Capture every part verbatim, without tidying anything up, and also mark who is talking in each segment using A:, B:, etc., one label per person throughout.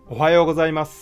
A: おはようございます。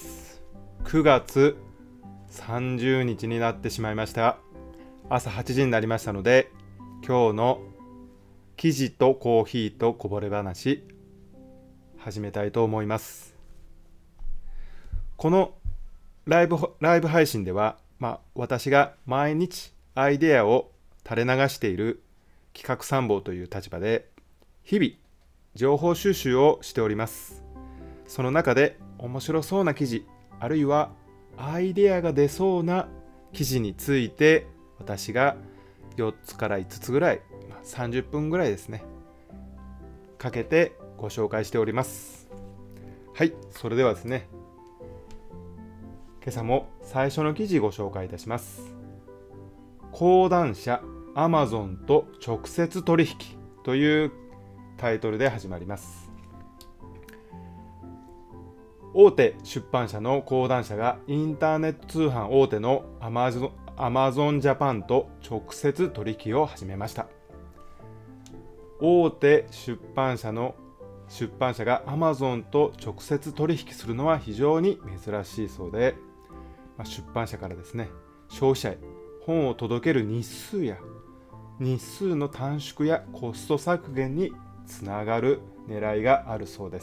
A: くがつさんじゅうにちになってしまいました。朝はちじになりましたので、今日の記事とコーヒーとこぼれ話始めたいと思います。このライブライブ配信では、まあ、私が毎日アイデアを垂れ流している企画参謀という立場で日々情報収集をしております。その中で面白そうな記事、あるいはアイデアが出そうな記事について、私がよっつからいつつぐらい、さんじゅっぷんぐらいですね、かけてご紹介しております。はい、それではですね、今朝も最初の記事ご紹介いたします。講談社 Amazon と直接取引というタイトルで始まります。大手出版社の講談社がインターネット通販大手の Amazon, Amazon Japan と直接取引を始めました。大手出版社の出版社が Amazon と直接取引するのは非常に珍しいそうで、出版社からですね、消費者へ本を届ける日数や日数の短縮やコスト削減につながる狙いがあるそうです。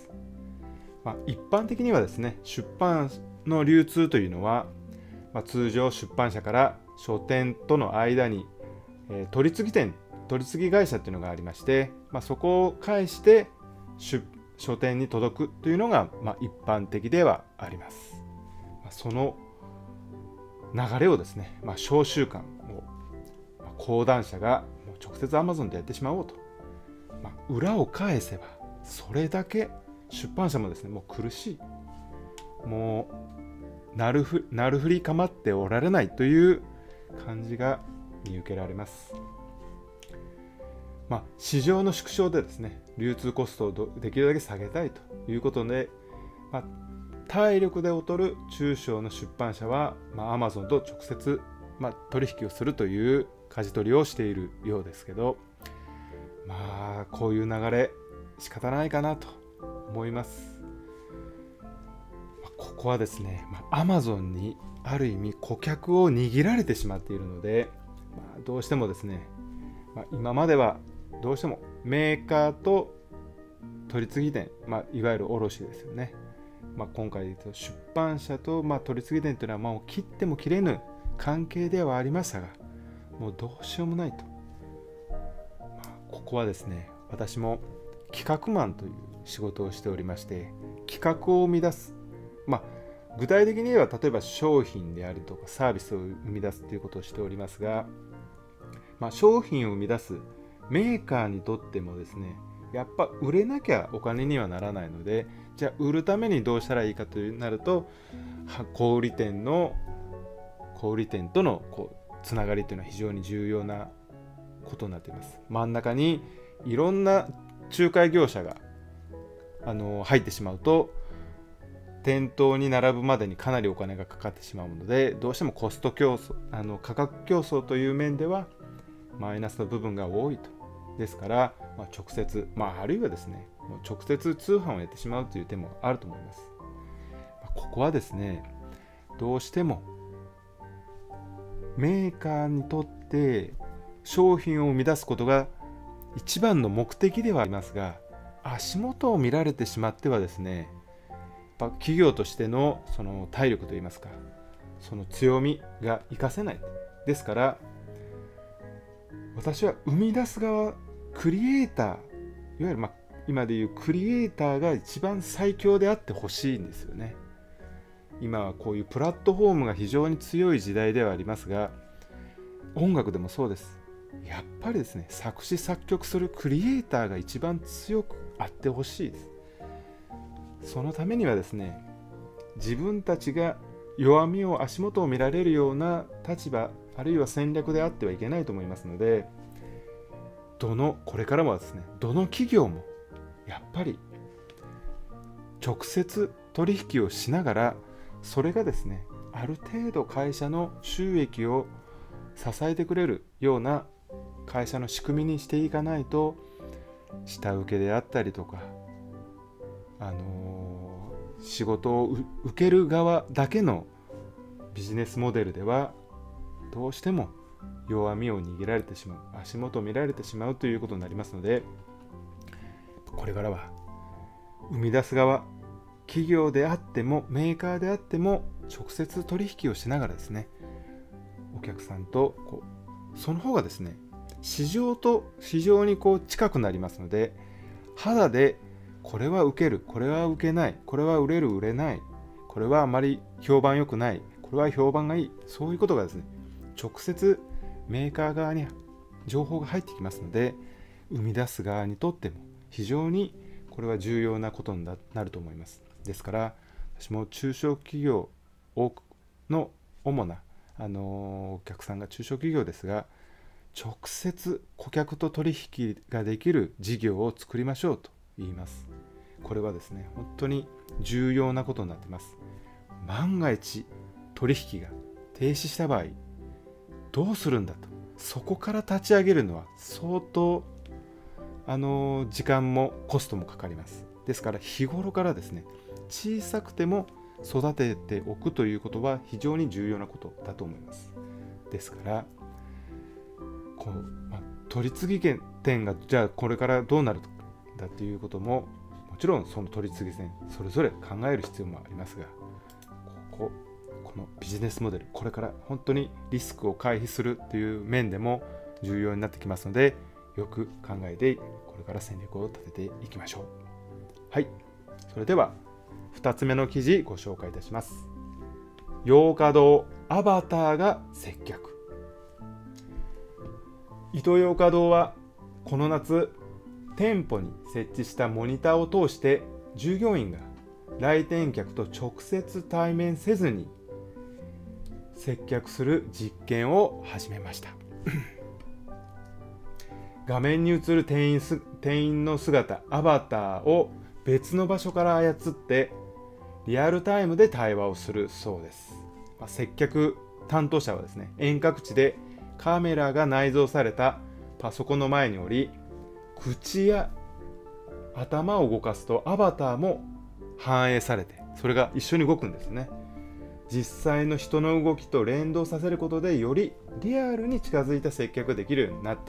A: まあ、一般的にはですね、出版の流通というのは、まあ、通常出版社から書店との間に、えー、取り次ぎ店、取り次ぎ会社というのがありまして、まあ、そこを介して書店に届くというのが、まあ、一般的ではあります。まあ、その流れをですね、まあ、商習慣を、まあ、講談社がもう直接 Amazon でやってしまおうと、まあ、裏を返せばそれだけ出版社もですね、もう苦しい、もうなるふなるふり構っておられないという感じが見受けられます。まあ、市場の縮小でですね、流通コストをできるだけ下げたいということで、まあ、体力で劣る中小の出版社は、まあ、Amazon と直接、まあ、取引をするという舵取りをしているようですけど、まあこういう流れ仕方ないかなと思います。ここはですね、まあ、Amazon にある意味顧客を握られてしまっているので、まあ、どうしてもですね、まあ、今まではどうしてもメーカーと取り次ぎ店、まあ、いわゆる卸ですよね、まあ、今回で言うと出版社とまあ取り次ぎ店というのはもう切っても切れぬ関係ではありましたが、もうどうしようもないと、まあ、ここはですね、私も企画マンという仕事をしておりまして、企画を生み出す、まあ、具体的に言えば例えば商品であるとかサービスを生み出すということをしておりますが、まあ、商品を生み出すメーカーにとってもですね、やっぱ売れなきゃお金にはならないので、じゃあ売るためにどうしたらいいかとなると、小売店の小売店とのこうつながりというのは非常に重要なことになっています。真ん中にいろんな仲介業者があの入ってしまうと、店頭に並ぶまでにかなりお金がかかってしまうので、どうしてもコスト競争、あの価格競争という面ではマイナスの部分が多いと。ですから、まあ、直接、まあ、あるいはですね、もう直接通販をやってしまうという手もあると思います。まあ、ここはですね、どうしてもメーカーにとって商品を生み出すことが一番の目的ではありますが、足元を見られてしまってはですね、企業としてのその体力といいますか、その強みが活かせない。ですから私は生み出す側、クリエイター、いわゆる、まあ、今でいうクリエイターが一番最強であってほしいんですよね。今はこういうプラットフォームが非常に強い時代ではありますが、音楽でもそうです。やっぱりですね、作詞作曲するクリエイターが一番強くあってほしいです。そのためにはですね、自分たちが弱みを足元を見られるような立場、あるいは戦略であってはいけないと思いますので、どのこれからもですね、どの企業もやっぱり直接取引をしながら、それがですね、ある程度会社の収益を支えてくれるような会社の仕組みにしていかないと、下請けであったりとか、あの仕事を受ける側だけのビジネスモデルではどうしても弱みを握られてしまう、足元を見られてしまうということになりますので、これからは生み出す側、企業であってもメーカーであっても直接取引をしながらですね、お客さんとこうその方がですね、市場と非常にこう近くなりますので、肌でこれは受ける、これは受けない、これは売れる、売れない、これはあまり評判良くない、これは評判がいい、そういうことがですね、直接メーカー側に情報が入ってきますので、生み出す側にとっても非常にこれは重要なことになると思います。ですから私も中小企業の主な、あのお客さんが中小企業ですが、直接顧客と取引ができる事業を作りましょうと言います。これはですね、本当に重要なことになっています。万が一取引が停止した場合どうするんだと、そこから立ち上げるのは相当あの時間もコストもかかります。ですから日頃からですね、小さくても育てておくということは非常に重要なことだと思います。ですからこう、まあ、取り次ぎ店がじゃあこれからどうなるんだということも、もちろんその取り次ぎ店それぞれ考える必要もありますが、こここのビジネスモデル、これから本当にリスクを回避するという面でも重要になってきますので、よく考えてこれから戦略を立てていきましょう。はい、それではふたつめの記事ご紹介いたします。洋華堂アバターが接客。イトーヨーカドーはこの夏、店舗に設置したモニターを通して従業員が来店客と直接対面せずに接客する実験を始めました。画面に映る店員す、店員の姿、アバターを別の場所から操ってリアルタイムで対話をするそうです。まあ、接客担当者はですね、遠隔地でカメラが内蔵されたパソコンの前におり、口や頭を動かすとアバターも反映されて、それが一緒に動くんですね。実際の人の動きと連動させることで、よりリアルに近づいた接客ができるようになった。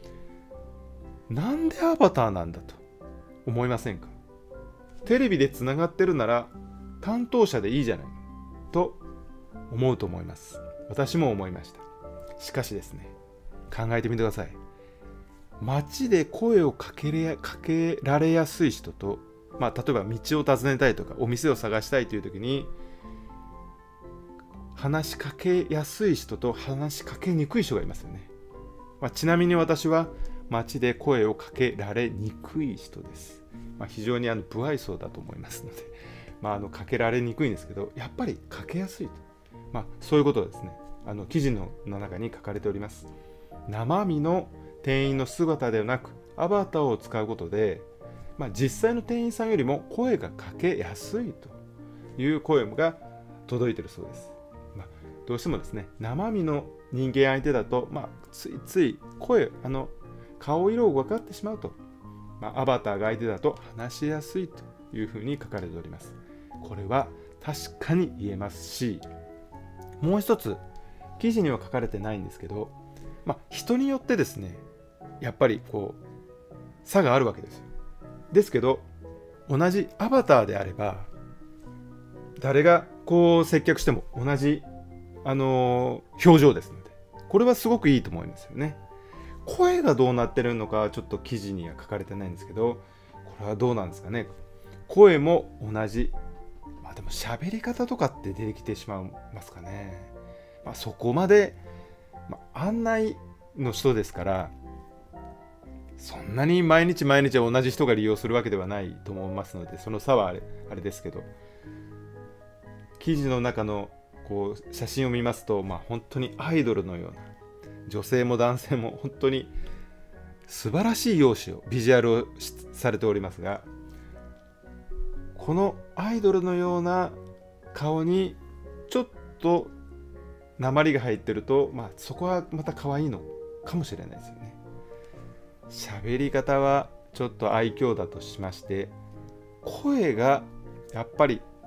A: なんでアバターなんだと思いませんか？テレビでつながってるなら担当者でいいじゃないと思うと思います。私も思いました。しかしですね、考えてみてください。街で声をかけれ、かけられやすい人と、まあ、例えば道を尋ねたいとかお店を探したいという時に話しかけやすい人と話しかけにくい人がいますよね。まあ、ちなみに私は街で声をかけられにくい人です。まあ、非常にあの不愛想だと思いますので、まあ、あのかけられにくいんですけど、やっぱりかけやすいと、まあ、そういうことですね。あの記事の中に書かれております。生身の店員の姿ではなくアバターを使うことで、まあ、実際の店員さんよりも声がかけやすいという声が届いているそうです。まあ、どうしてもですね、生身の人間相手だと、まあ、ついつい声、あの顔色を分かってしまうと、まあ、アバターが相手だと話しやすいというふうに書かれております。これは確かに言えますし、もう一つ記事には書かれてないんですけど、まあ、人によってですね、やっぱりこう差があるわけですよ。ですけど同じアバターであれば誰がこう接客しても同じ、あのー、表情ですので、これはすごくいいと思いますよね。声がどうなってるのかちょっと記事には書かれてないんですけど、これはどうなんですかね。声も同じ、まあでも喋り方とかって出てきてしまいますかね。まあ、そこまで、まあ、案内の人ですから、そんなに毎日毎日同じ人が利用するわけではないと思いますので、その差はあれ、あれですけど、記事の中のこう写真を見ますと、まあ、本当にアイドルのような、女性も男性も本当に素晴らしい容姿をビジュアルをされておりますが、このアイドルのような顔にちょっと訛りが入ってると、まあ、そこはまた可愛いのかもしれないですよね。喋り方はちょっと愛嬌だとしまして、声がやっぱり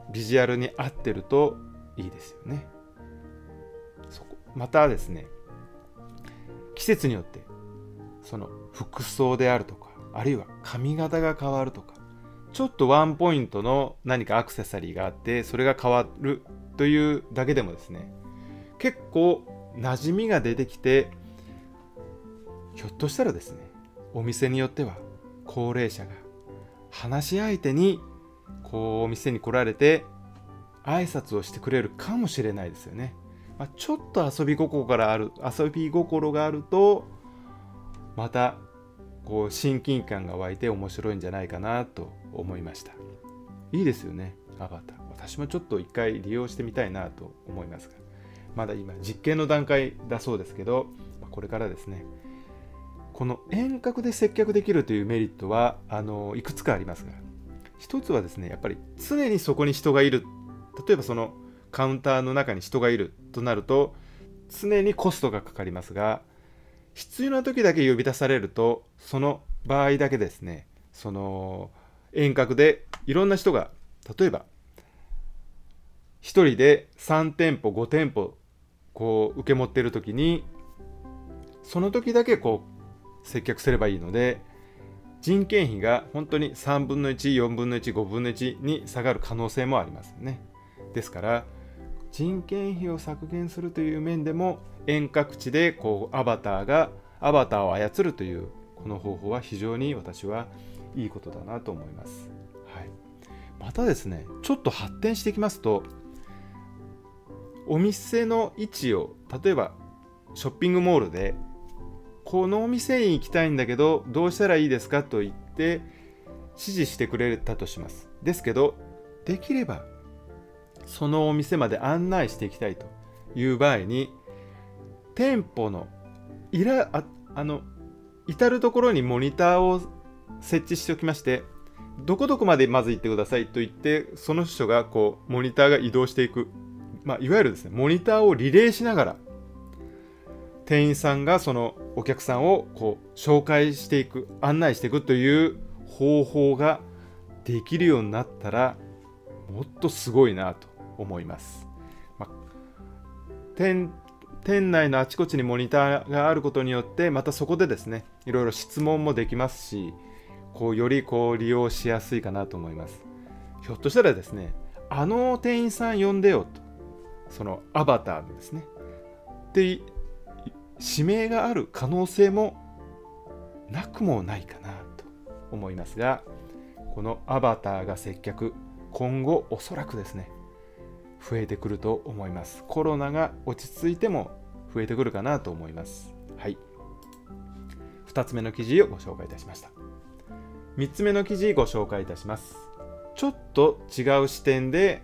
A: ビジュアルに合ってるといいですよね。そこまたですね、季節によってその服装であるとか、あるいは髪型が変わるとか、ちょっとワンポイントの何かアクセサリーがあってそれが変わるというだけでもですね、結構馴染みが出てきて、ひょっとしたらですね、お店によっては高齢者が話し相手にこうお店に来られて挨拶をしてくれるかもしれないですよね。まあ、ちょっと遊び心がある遊び心があるとまたこう親近感が湧いて面白いんじゃないかなと思いました。いいですよね、アバター。私もちょっと一回利用してみたいなと思いますが、まだ今実験の段階だそうですけど、これからですね。この遠隔で接客できるというメリットはあのいくつかありますが、一つはですね、やっぱり常にそこに人がいる。例えばそのカウンターの中に人がいるとなると常にコストがかかりますが、必要な時だけ呼び出されると、その場合だけですね、その遠隔でいろんな人が、例えばひとりでさん店舗ご店舗こう受け持っている時に、その時だけこう接客すればいいので、人件費が本当にさんぶんのいち、よんぶんのいち、ごぶんのいちに下がる可能性もありますね。ですから人件費を削減するという面でも、遠隔地でこうアバターがアバターを操るというこの方法は非常に私はいいことだなと思います。はい、またですね、ちょっと発展してきますと、お店の位置を例えばショッピングモールでこのお店に行きたいんだけどどうしたらいいですかと言って指示してくれたとします。ですけど、できればそのお店まで案内していきたいという場合に、店舗のいら あ, あの至るところにモニターを設置しておきまして、どこどこまでまず行ってくださいと言って、その人がこうモニターが移動していく、まあ、いわゆるですね、モニターをリレーしながら店員さんがそのお客さんをこう紹介していく、案内していくという方法ができるようになったら、もっとすごいなと思います。まあ、店店内のあちこちにモニターがあることによって、またそこでですね、いろいろ質問もできますし、こうよりこう利用しやすいかなと思います。ひょっとしたらですね、あの店員さん呼んでよと、そのアバターのですね、で指名がある可能性もなくもないかなと思いますが、このアバターが接客、今後おそらくですね、増えてくると思います。コロナが落ち着いても増えてくるかなと思います。はい。ふたつめの記事をご紹介いたしました。みっつめの記事ご紹介いたします。ちょっと違う視点で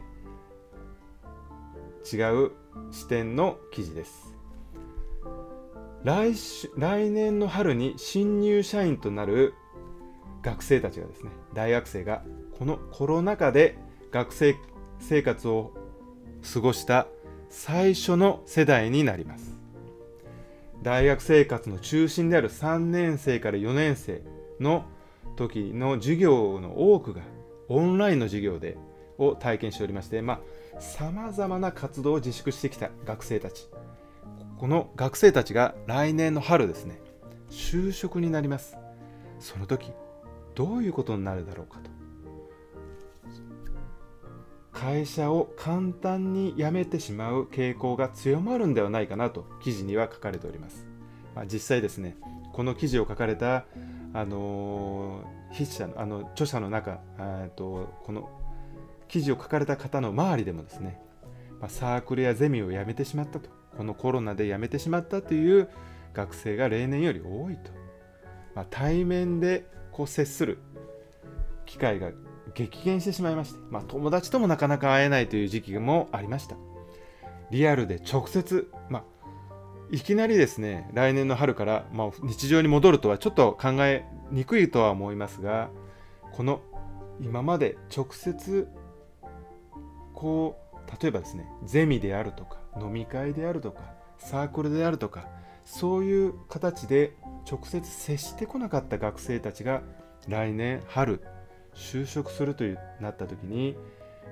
A: 違う視点の記事です。来週、来年の春に新入社員となる学生たちがですね、大学生がこのコロナ禍で学生生活を過ごした最初の世代になります。大学生活の中心であるさんねん生からよねん生の時の授業の多くがオンラインの授業でを体験しておりまして、まあ、様々な活動を自粛してきた学生たち、この学生たちが来年の春ですね、就職になります。その時どういうことになるだろうかと。会社を簡単に辞めてしまう傾向が強まるんではないかなと記事には書かれております。まあ、実際ですね、この記事を書かれた、あのー、筆者の、あの著者の中、とこの記事を書かれた方の周りでもですね、まあ、サークルやゼミを辞めてしまったと、このコロナで辞めてしまったという学生が例年より多いと。まあ、対面でこう接する機会が激減してしまいまして、まあ、友達ともなかなか会えないという時期もありました。リアルで直接、まあ、いきなりですね、来年の春から、まあ、日常に戻るとはちょっと考えにくいとは思いますが、この今まで直接こう例えばですね、ゼミであるとか飲み会であるとかサークルであるとか、そういう形で直接接してこなかった学生たちが来年春就職するというなった時に、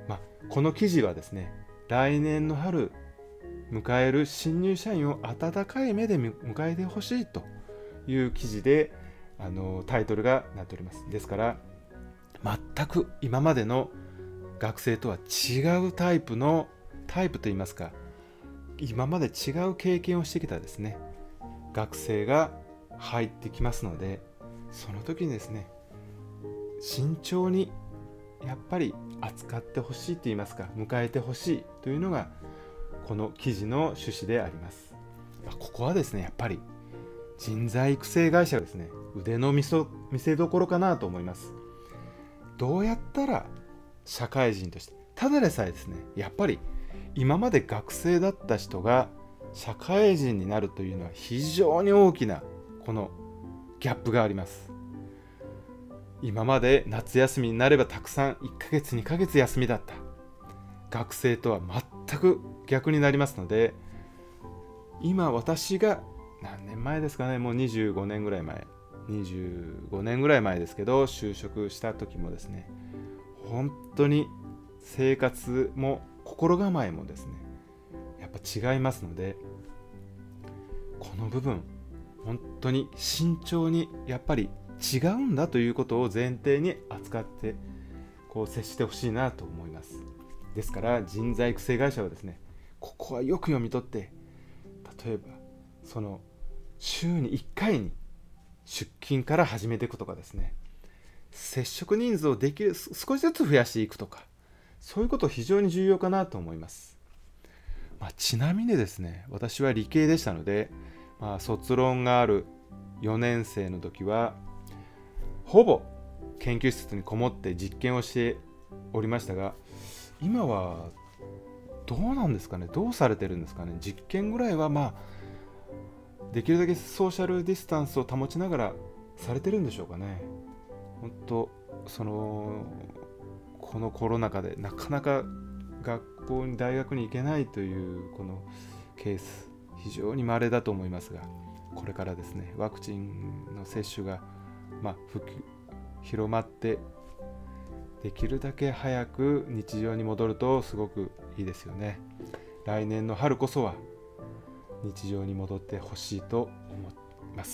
A: まあ、この記事はですね、来年の春迎える新入社員を温かい目で迎えてほしいという記事で、あのタイトルがなっております。ですから全く今までの学生とは違うタイプのタイプといいますか、今まで違う経験をしてきたですね学生が入ってきますので、その時にですね慎重にやっぱり扱ってほしいといいますか、迎えてほしいというのがこの記事の趣旨であります。まあ、ここはですねやっぱり人材育成会社がですね腕の見そ見せどころかなと思います。どうやったら社会人として、ただでさえですねやっぱり今まで学生だった人が社会人になるというのは非常に大きなこのギャップがあります。今まで夏休みになればたくさんいっかげつにかげつ休みだった学生とは全く逆になりますので、今私が何年前ですかね、もうにじゅうごねんぐらい前にじゅうごねんぐらい前ですけど、就職した時もですね本当に生活も心構えもですねやっぱ違いますので、この部分本当に慎重にやっぱり違うんだということを前提に扱ってこう接してほしいなと思います。ですから人材育成会社はですねここはよく読み取って、例えばその週にいっかいに出勤から始めていくとかですね、接触人数をできる少しずつ増やしていくとか、そういうこと非常に重要かなと思います。まあ、ちなみにですね私は理系でしたので、まあ、卒論があるよねん生の時はほぼ研究室にこもって実験をしておりましたが、今はどうなんですかね、どうされてるんですかね。実験ぐらいはまあできるだけソーシャルディスタンスを保ちながらされてるんでしょうかね。本当そのこのコロナ禍でなかなか学校に大学に行けないというこのケース非常に稀だと思いますが、これからですねワクチンの接種がまあ普及広まってできるだけ早く日常に戻るとすごくいいですよね。来年の春こそは日常に戻ってほしいと思います。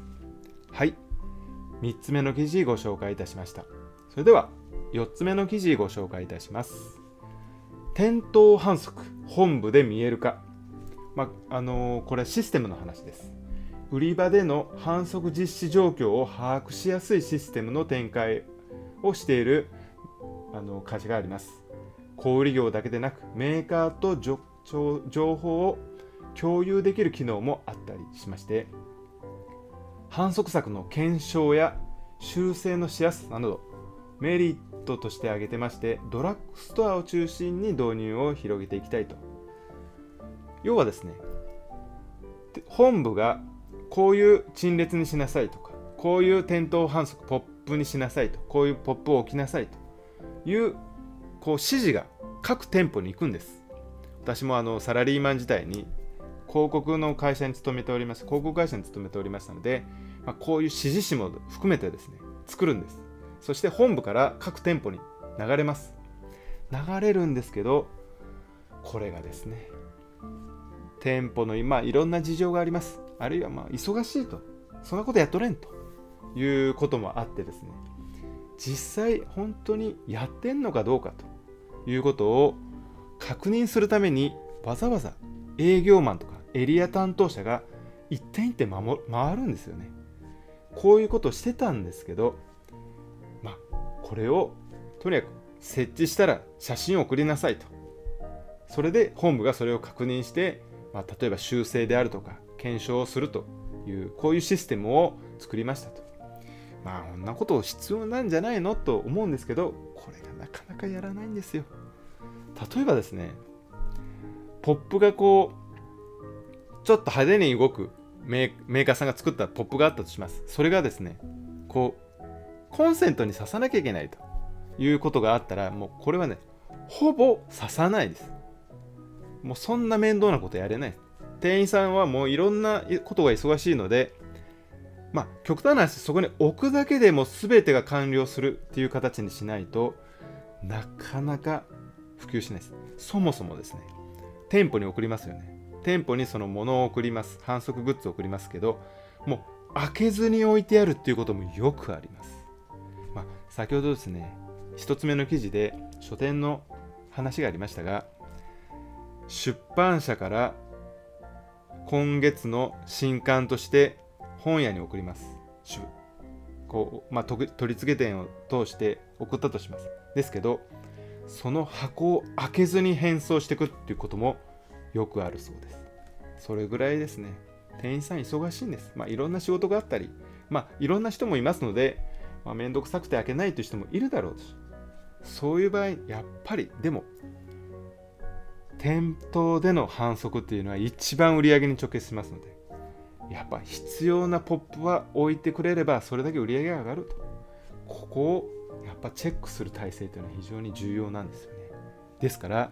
A: はい、みっつめの記事ご紹介いたしました。それではよっつめの記事ご紹介いたします。店頭販促本部で見える化。まああのー、これシステムの話です。売り場での販促実施状況を把握しやすいシステムの展開をしているあの会社があります。小売業だけでなくメーカーと情報を共有できる機能もあったりしまして、販促策の検証や修正のしやすさなどメリットとして挙げてまして、ドラッグストアを中心に導入を広げていきたいと。要はですね本部がこういう陳列にしなさいとか、こういう店頭販促ポップにしなさいと、こういうポップを置きなさいというこう指示が各店舗に行くんです。私もあのサラリーマン時代に広告の会社に勤めておりました、広告会社に勤めておりましたので、まあ、こういう指示紙も含めてですね作るんです。そして本部から各店舗に流れます。流れるんですけど、これがですね店舗の今いろんな事情があります。あるいはまあ忙しいと、そんなことやっとれんということもあってですね、実際本当にやってんのかどうかということを確認するためにわざわざ営業マンとかエリア担当者が一点一点回るんですよね。こういうことをしてたんですけど、まあこれをとにかく設置したら写真を送りなさいと。それで本部がそれを確認して、まあ、例えば修正であるとか検証をするというこういうシステムを作りましたと。まあこんなこと必要なんじゃないのと思うんですけど、これがなかなかやらないんですよ。例えばですねポップがこうちょっと派手に動くメーカーさんが作ったポップがあったとします。それがですねこうコンセントに挿さなきゃいけないということがあったら、もうこれはねほぼ挿さないです。もうそんな面倒なことやれない。店員さんはもういろんなことが忙しいので、まあ極端な話そこに置くだけでも全てが完了するっていう形にしないとなかなか普及しないです。そもそもですね、店舗に送りますよね。店舗にその物を送ります。販促グッズを送りますけど、もう開けずに置いてあるっていうこともよくあります。まあ、先ほどですね、一つ目の記事で書店の話がありましたが、出版社から今月の新刊として本屋に送ります。こう、まあ、取り付け店を通して送ったとします。ですけど、その箱を開けずに返送していくっていうこともよくあるそうです。それぐらいですね、店員さん忙しいんです。まあ、いろんな仕事があったり、まあ、いろんな人もいますので、まあ、めんどくさくて開けないという人もいるだろうし、そういう場合、やっぱり、でも、店頭での販促っていうのは一番売り上げに直結しますので、やっぱ必要なポップは置いてくれればそれだけ売り上げが上がると。ここをやっぱチェックする体制というのは非常に重要なんですよね。ですから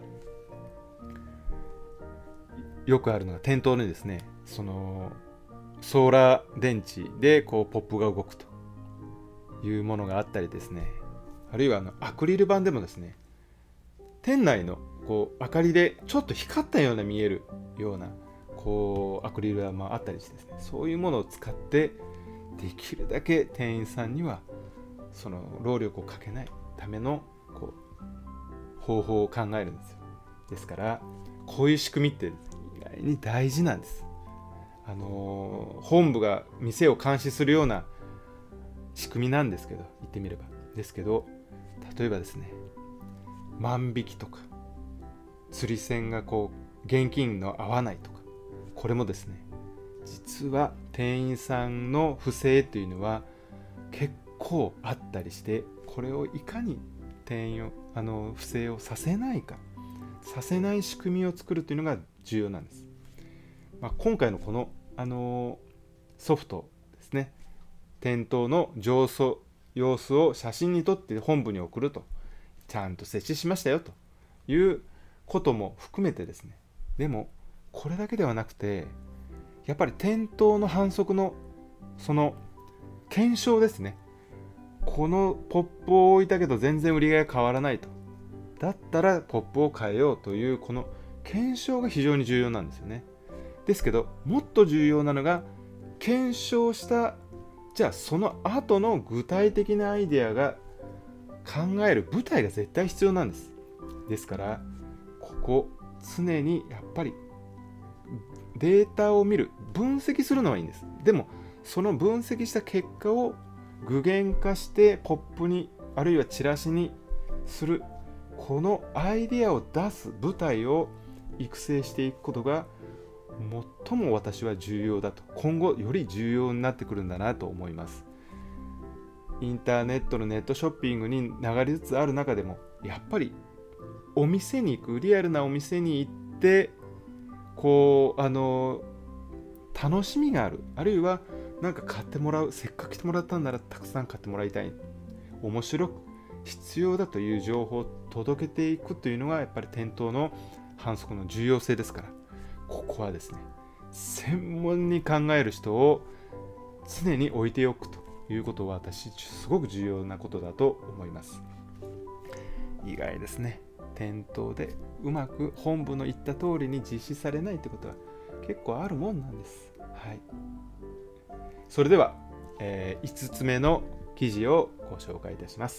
A: よくあるのが店頭にですね、そのソーラー電池でこうポップが動くというものがあったりですね、あるいはあのアクリル板でもですね、店内のこう明かりでちょっと光ったような見えるようなこうアクリル板もあったりしてですね、そういうものを使ってできるだけ店員さんにはその労力をかけないためのこう方法を考えるんですよ。ですからこういう仕組みって意外に大事なんです。あのー、本部が店を監視するような仕組みなんですけど、言ってみればですけど、例えばですね、万引きとか釣り銭がこう現金の合わないとか、これもですね、実は店員さんの不正というのは結構あったりして、これをいかに店員をあの不正をさせないか、させない仕組みを作るというのが重要なんです。まあ、今回のこの、あのソフトですね、店頭の上層様子を写真に撮って本部に送ると、ちゃんと設置しましたよということも含めてですね、でもこれだけではなくて、やっぱり店頭の販促のその検証ですね。このポップを置いたけど全然売り上げが変わらないと、だったらポップを変えようというこの検証が非常に重要なんですよね。ですけどもっと重要なのが、検証したじゃあその後の具体的なアイデアが考える舞台が絶対必要なんです。ですからここ常にやっぱりデータを見る、分析するのはいいんです。でもその分析した結果を具現化してポップにあるいはチラシにする、このアイデアを出す舞台を育成していくことが最も私は重要だと、今後より重要になってくるんだなと思います。インターネットのネットショッピングに流れつつある中でも、やっぱりお店に行く、リアルなお店に行ってこうあの楽しみがある、あるいはなんか買ってもらう、せっかく来てもらったんならたくさん買ってもらいたい、面白く必要だという情報を届けていくというのがやっぱり店頭の販促の重要性ですから、ここはですね、専門に考える人を常に置いておくということは私すごく重要なことだと思います。意外ですね、店頭でうまく本部の言った通りに実施されないということは結構あるもんなんです。はい、それでは、えー、いつつめの記事をご紹介いたします。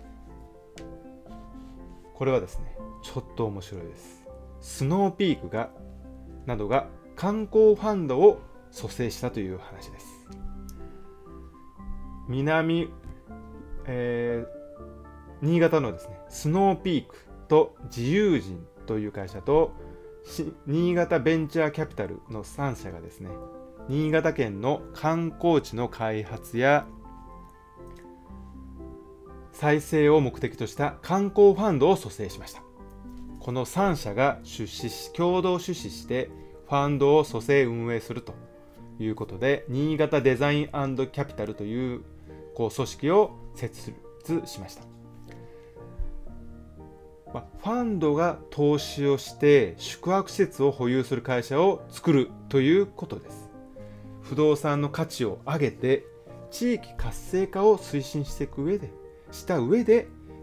A: これはですね、ちょっと面白いです。スノーピークがなどが観光ファンドを蘇生したという話です。南、えー、新潟のですね、スノーピークと自由人という会社と新潟ベンチャーキャピタルのさん社がですね、新潟県の観光地の開発や再生を目的とした観光ファンドを蘇生しました。このさん社が出資し共同出資してファンドを蘇生運営するということで、新潟デザイン&キャピタルという、こう組織を設立しました。まあ、ファンドが投資をして宿泊施設を保有する会社を作るということです。不動産の価値を上げて地域活性化を推進していく上でした上で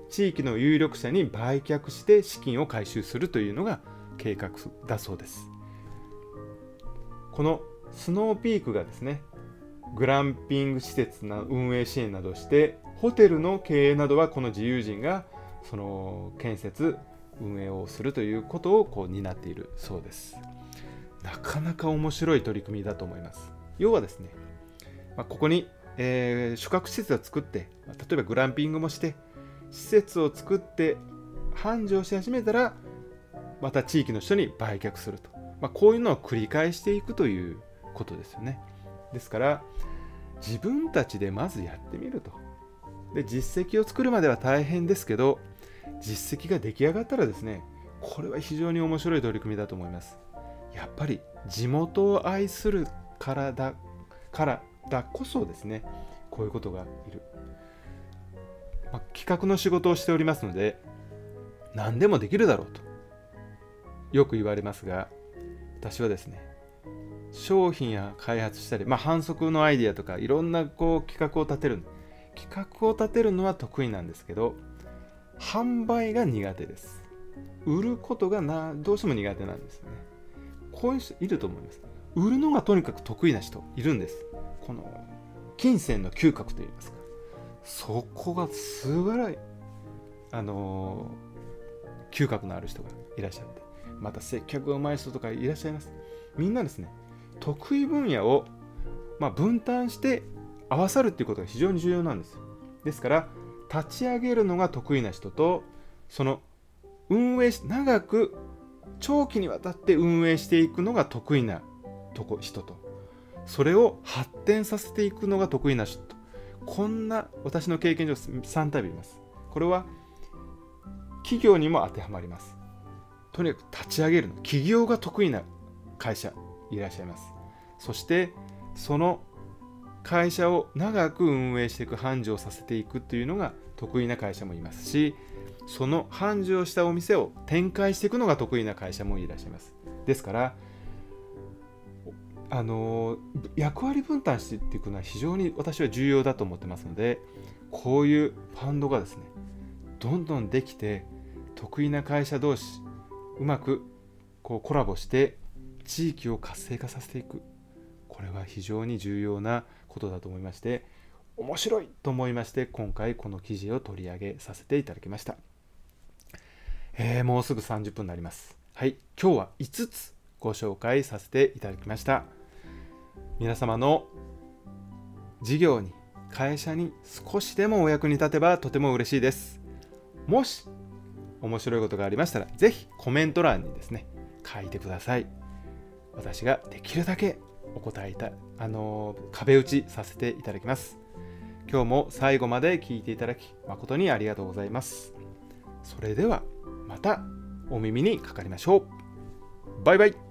A: 地域の有力者に売却して資金を回収するというのが計画だそうです。このスノーピークがですね、グランピング施設の運営支援などをして、ホテルの経営などはこの自由人がその建設運営をするということをこう担っているそうです。なかなか面白い取り組みだと思います。要はですね、まあ、ここに、えー、宿泊施設を作って、例えばグランピングもして施設を作って繁盛し始めたらまた地域の人に売却すると、まあ、こういうのを繰り返していくということですよね。ですから自分たちでまずやってみると。で、実績を作るまでは大変ですけど、実績が出来上がったらですね、これは非常に面白い取り組みだと思います。やっぱり地元を愛するからだからだこそですね、こういうことがいる、まあ、企画の仕事をしておりますので何でもできるだろうとよく言われますが、私はですね、商品や開発したり、まあ、販促のアイディアとかいろんなこう企画を立てる企画を立てるのは得意なんですけど、販売が苦手です。売ることがなどうしても苦手なんですよね。こういう人いると思います。売るのがとにかく得意な人いるんです。この金銭の嗅覚といいますか、そこが素晴らしい、あのー、嗅覚のある人がいらっしゃって、また接客が上手い人とかいらっしゃいます。みんなですね、得意分野を、まあ、分担して合わさるっていうことが非常に重要なんですよ。ですから立ち上げるのが得意な人と、その運営し長く長期にわたって運営していくのが得意な人と、それを発展させていくのが得意な人と、こんな私の経験上さんタイプいます。これは企業にも当てはまります。とにかく立ち上げるの、起業が得意な会社いらっしゃいます。そしてその会社を長く運営していく、繁盛させていくというのが得意な会社もいますし、その繁盛したお店を展開していくのが得意な会社もいらっしゃいます。ですからあの役割分担していくのは非常に私は重要だと思ってますので、こういうファンドがですね、どんどんできて、得意な会社同士うまくこうコラボして地域を活性化させていく、これは非常に重要なことだと思いまして、面白いと思いまして、今回この記事を取り上げさせていただきました。えー、もうすぐさんじゅっぷんになります。はい、今日はいつつご紹介させていただきました。皆様の事業に、会社に少しでもお役に立てばとても嬉しいです。もし面白いことがありましたら、ぜひコメント欄にですね、書いてください。私ができるだけお答えいた、あのー、壁打ちさせていただきます。今日も最後まで聞いていただき誠にありがとうございます。それではまたお耳にかかりましょう。バイバイ。